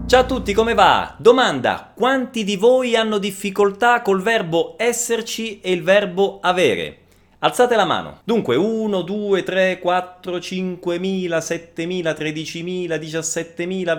Ciao a tutti, come va? Domanda: quanti di voi hanno difficoltà col verbo esserci e il verbo avere? Alzate la mano. Dunque, 1, 2, 3, 4, 5.000, 7.000, 13.000, 17.000,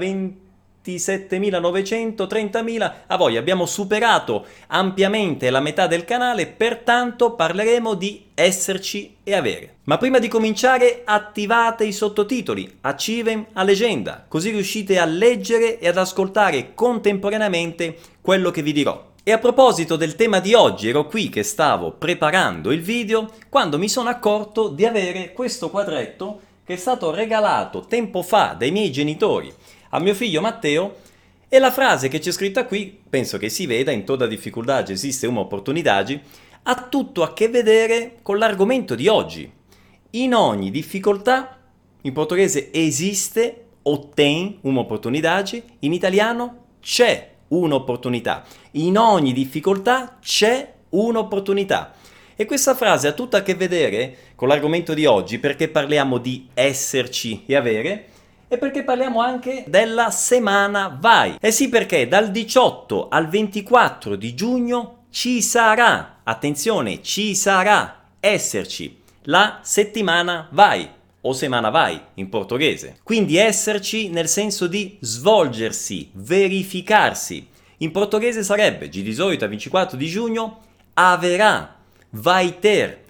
27.900, 30.000. A voi, abbiamo superato ampiamente la metà del canale, pertanto parleremo di esserci e avere. Ma prima di cominciare, attivate i sottotitoli, attivem a legenda, così riuscite a leggere e ad ascoltare contemporaneamente quello che vi dirò. E a proposito del tema di oggi, ero qui che stavo preparando il video quando mi sono accorto di avere questo quadretto che è stato regalato tempo fa dai miei genitori a mio figlio Matteo, e la frase che c'è scritta qui, penso che si veda: in toda difficoltà esiste un'opportunità, ha tutto a che vedere con l'argomento di oggi. In ogni difficoltà, in portoghese esiste o tem un'opportunità, in italiano c'è un'opportunità. In ogni difficoltà c'è un'opportunità. E questa frase ha tutto a che vedere con l'argomento di oggi, perché parliamo di esserci e avere, e perché parliamo anche della settimana Vai. Eh sì, perché dal 18 al 24 di giugno ci sarà, attenzione, ci sarà, esserci, la settimana Vai, o Semana Vai in portoghese. Quindi esserci nel senso di svolgersi, verificarsi. In portoghese sarebbe, di solito al 24 di giugno, haverá, vai ter,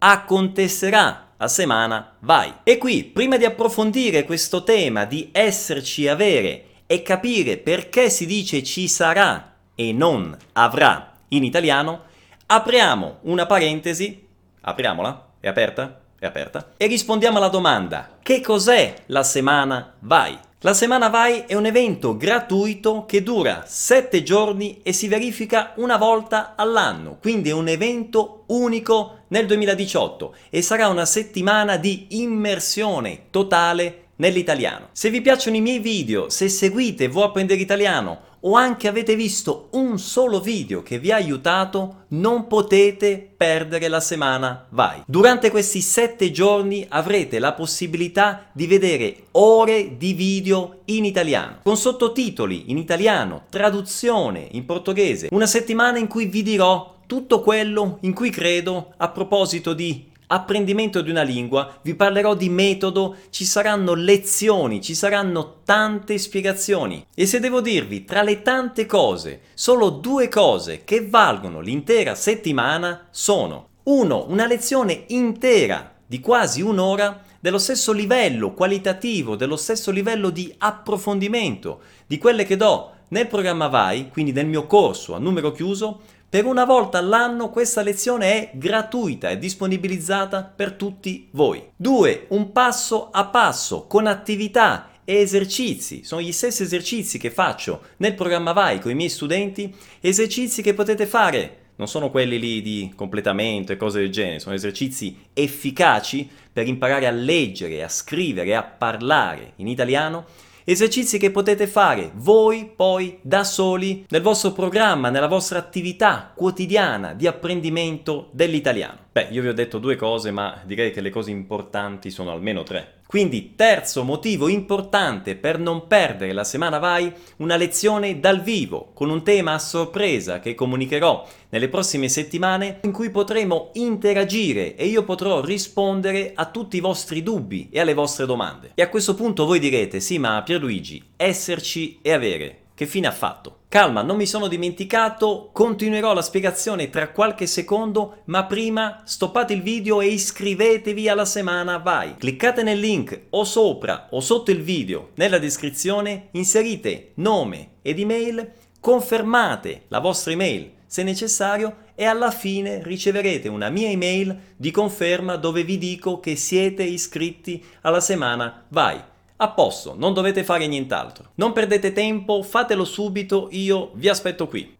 acontecerà, a settimana Vai. E qui, prima di approfondire questo tema di esserci e avere e capire perché si dice ci sarà e non avrà in italiano, apriamo una parentesi, apriamola, è aperta? È aperta. E rispondiamo alla domanda: che cos'è la Semana Vai? La Semana Vai è un evento gratuito che dura 7 giorni e si verifica una volta all'anno, quindi è un evento unico nel 2018 e sarà una settimana di immersione totale nell'italiano. Se vi piacciono i miei video, se seguite Vuoi apprendere italiano o anche avete visto un solo video che vi ha aiutato, non potete perdere la Semana Vai. Durante questi 7 giorni avrete la possibilità di vedere ore di video in italiano, con sottotitoli in italiano, traduzione in portoghese. Una settimana in cui vi dirò tutto quello in cui credo a proposito di apprendimento di una lingua, vi parlerò di metodo, ci saranno lezioni, ci saranno tante spiegazioni. E se devo dirvi, tra le tante cose, solo 2 cose che valgono l'intera settimana sono: 1. Una lezione intera di quasi un'ora dello stesso livello qualitativo, dello stesso livello di approfondimento di quelle che do nel programma Vai, quindi nel mio corso a numero chiuso. Per una volta all'anno questa lezione è gratuita e disponibilizzata per tutti voi. 2. Un passo a passo con attività e esercizi. Sono gli stessi esercizi che faccio nel programma Vai con i miei studenti, esercizi che potete fare. Non sono quelli lì di completamento e cose del genere, sono esercizi efficaci per imparare a leggere, a scrivere, a parlare in italiano. Esercizi che potete fare voi poi da soli nel vostro programma, nella vostra attività quotidiana di apprendimento dell'italiano. Beh, io vi ho detto 2 cose, ma direi che le cose importanti sono almeno 3. Quindi, terzo motivo importante per non perdere la Semana Vai, una lezione dal vivo, con un tema a sorpresa che comunicherò nelle prossime settimane, in cui potremo interagire e io potrò rispondere a tutti i vostri dubbi e alle vostre domande. E a questo punto voi direte: sì, ma Pierluigi, esserci e avere, che fine ha fatto? Calma, non mi sono dimenticato, continuerò la spiegazione tra qualche secondo, ma prima stoppate il video e iscrivetevi alla Semana Vai. Cliccate nel link o sopra o sotto il video, nella descrizione, inserite nome ed email, confermate la vostra email se necessario e alla fine riceverete una mia email di conferma dove vi dico che siete iscritti alla Semana Vai. A posto, non dovete fare nient'altro. Non perdete tempo, fatelo subito, io vi aspetto qui.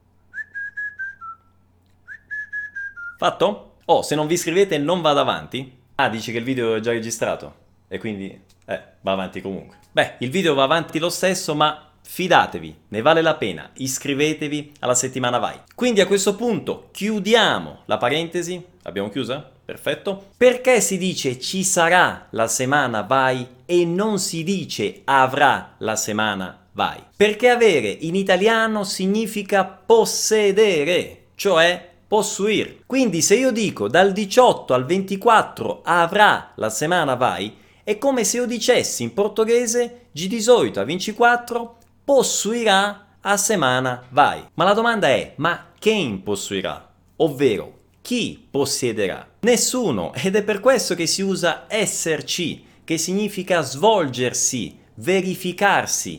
Fatto? Oh, se non vi iscrivete non vado avanti? Ah, dici che il video è già registrato? E quindi, va avanti comunque. Beh, il video va avanti lo stesso, ma fidatevi, ne vale la pena, iscrivetevi alla settimana Vai. Quindi a questo punto chiudiamo la parentesi, abbiamo chiusa? Perfetto. Perché si dice ci sarà la Semana Vai e non si dice avrà la Semana vai. Perché avere in italiano significa possedere, cioè possuir. Quindi se io dico dal 18 al 24 avrà la semana vai, è come se io dicessi in portoghese di 18 a 24 possuirà a semana vai. Ma la domanda è, ma quem possuirà? Ovvero, chi possiederà? Nessuno, ed è per questo che si usa esserci, che significa svolgersi, verificarsi,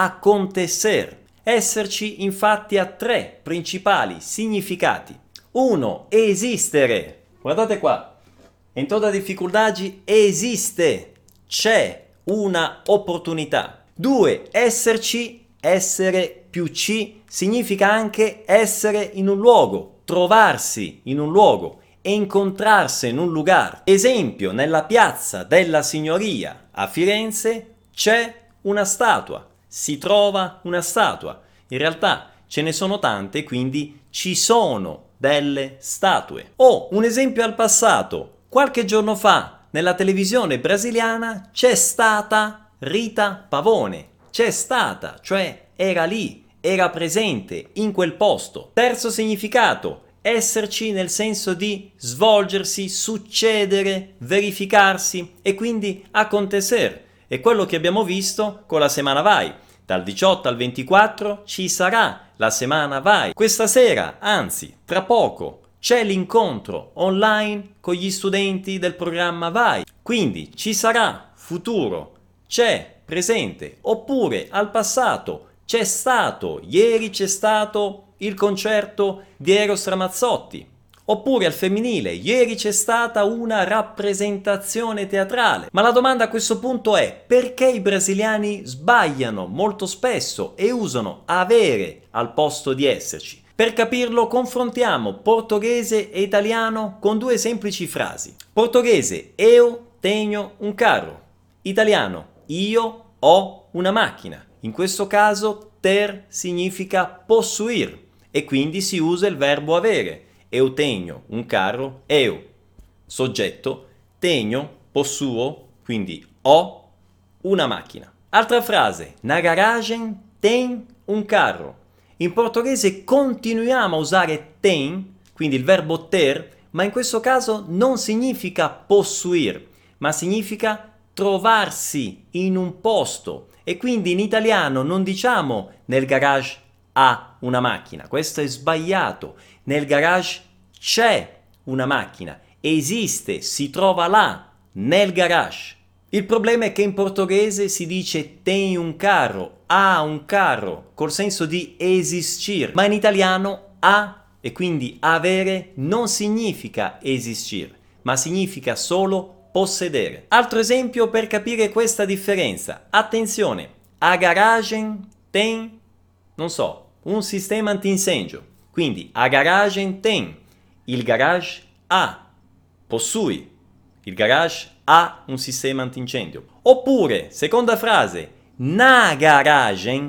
acontecer. Esserci infatti ha tre principali significati. 1. Esistere. Guardate qua. In toda dificuldade esiste, c'è una opportunità. 2. Esserci, essere più ci, significa anche essere in un luogo, trovarsi in un luogo, incontrarsi in un lugar. Esempio, nella piazza della Signoria a Firenze c'è una statua, si trova una statua. In realtà ce ne sono tante, quindi ci sono delle statue. O un esempio al passato. Qualche giorno fa nella televisione brasiliana c'è stata Rita Pavone. C'è stata, cioè era lì, era presente in quel posto. Terzo significato, esserci nel senso di svolgersi, succedere, verificarsi e quindi acontecer. È quello che abbiamo visto con la Semana Vai. Dal 18 al 24 ci sarà la Semana Vai. Questa sera, anzi, tra poco, c'è l'incontro online con gli studenti del programma Vai. Quindi ci sarà futuro, c'è presente, oppure al passato c'è stato, ieri c'è stato il concerto di Eros Ramazzotti. Oppure al femminile, ieri c'è stata una rappresentazione teatrale. Ma la domanda a questo punto è: perché i brasiliani sbagliano molto spesso e usano avere al posto di esserci? Per capirlo confrontiamo portoghese e italiano con due semplici frasi. Portoghese, eu tenho un carro. Italiano, io ho una macchina. In questo caso ter significa possuir e quindi si usa il verbo avere. Eu tenho un carro, eu. Soggetto, tenho, possuo, quindi ho una macchina. Altra frase, na garagem tem un carro. In portoghese continuiamo a usare tem, quindi il verbo ter, ma in questo caso non significa possuir, ma significa trovarsi in un posto. E quindi in italiano non diciamo nel garage ha una macchina, questo è sbagliato. Nel garage c'è una macchina, esiste, si trova là, nel garage. Il problema è che in portoghese si dice tem un carro, ha un carro, col senso di esistir, ma in italiano ha e quindi avere non significa esistir, ma significa solo possedere. Altro esempio per capire questa differenza. Attenzione, a garagem tem, non so, un sistema antincendio. Quindi a garagem tem, il garage ha, possui, il garage ha un sistema antincendio. Oppure, seconda frase, na garagem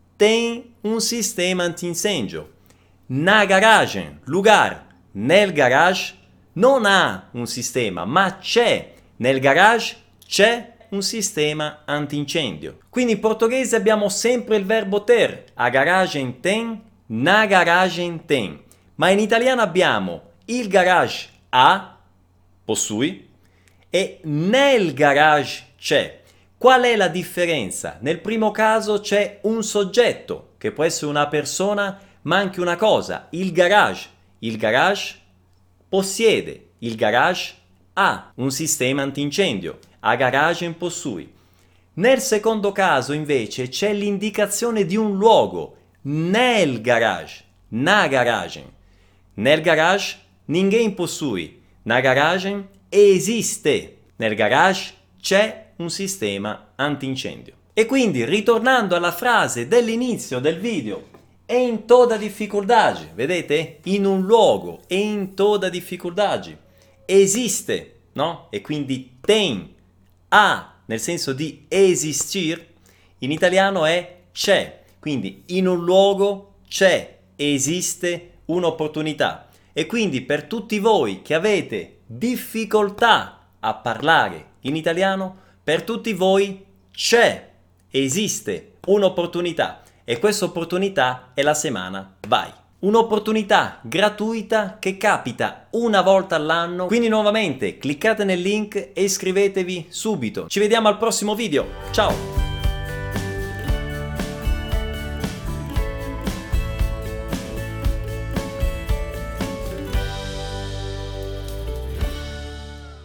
tem un sistema antincendio. Na garagem, lugar, nel garage non ha un sistema, ma c'è. Nel garage c'è un sistema antincendio. Quindi in portoghese abbiamo sempre il verbo ter, a garagem tem, na garagem tem. Ma in italiano abbiamo il garage ha, possui, e nel garage c'è. Qual è la differenza? Nel primo caso c'è un soggetto, che può essere una persona, ma anche una cosa, il garage. Il garage possiede, il garage ha un sistema antincendio, a garagem possui. Nel secondo caso invece c'è l'indicazione di un luogo, nel garage, na garagem. Nel garage ninguém possui, na garagem esiste, nel garage c'è un sistema antincendio. E quindi, ritornando alla frase dell'inizio del video, em toda dificuldade, vedete? In un luogo, em toda dificuldade, esiste, no? E quindi tem, ha, nel senso di esistir, in italiano è c'è, quindi in un luogo c'è, esiste un'opportunità. E quindi per tutti voi che avete difficoltà a parlare in italiano, per tutti voi c'è esiste un'opportunità e questa opportunità è la Semana Vai. Un'opportunità gratuita che capita una volta all'anno, quindi nuovamente cliccate nel link e iscrivetevi subito. Ci vediamo al prossimo video, ciao!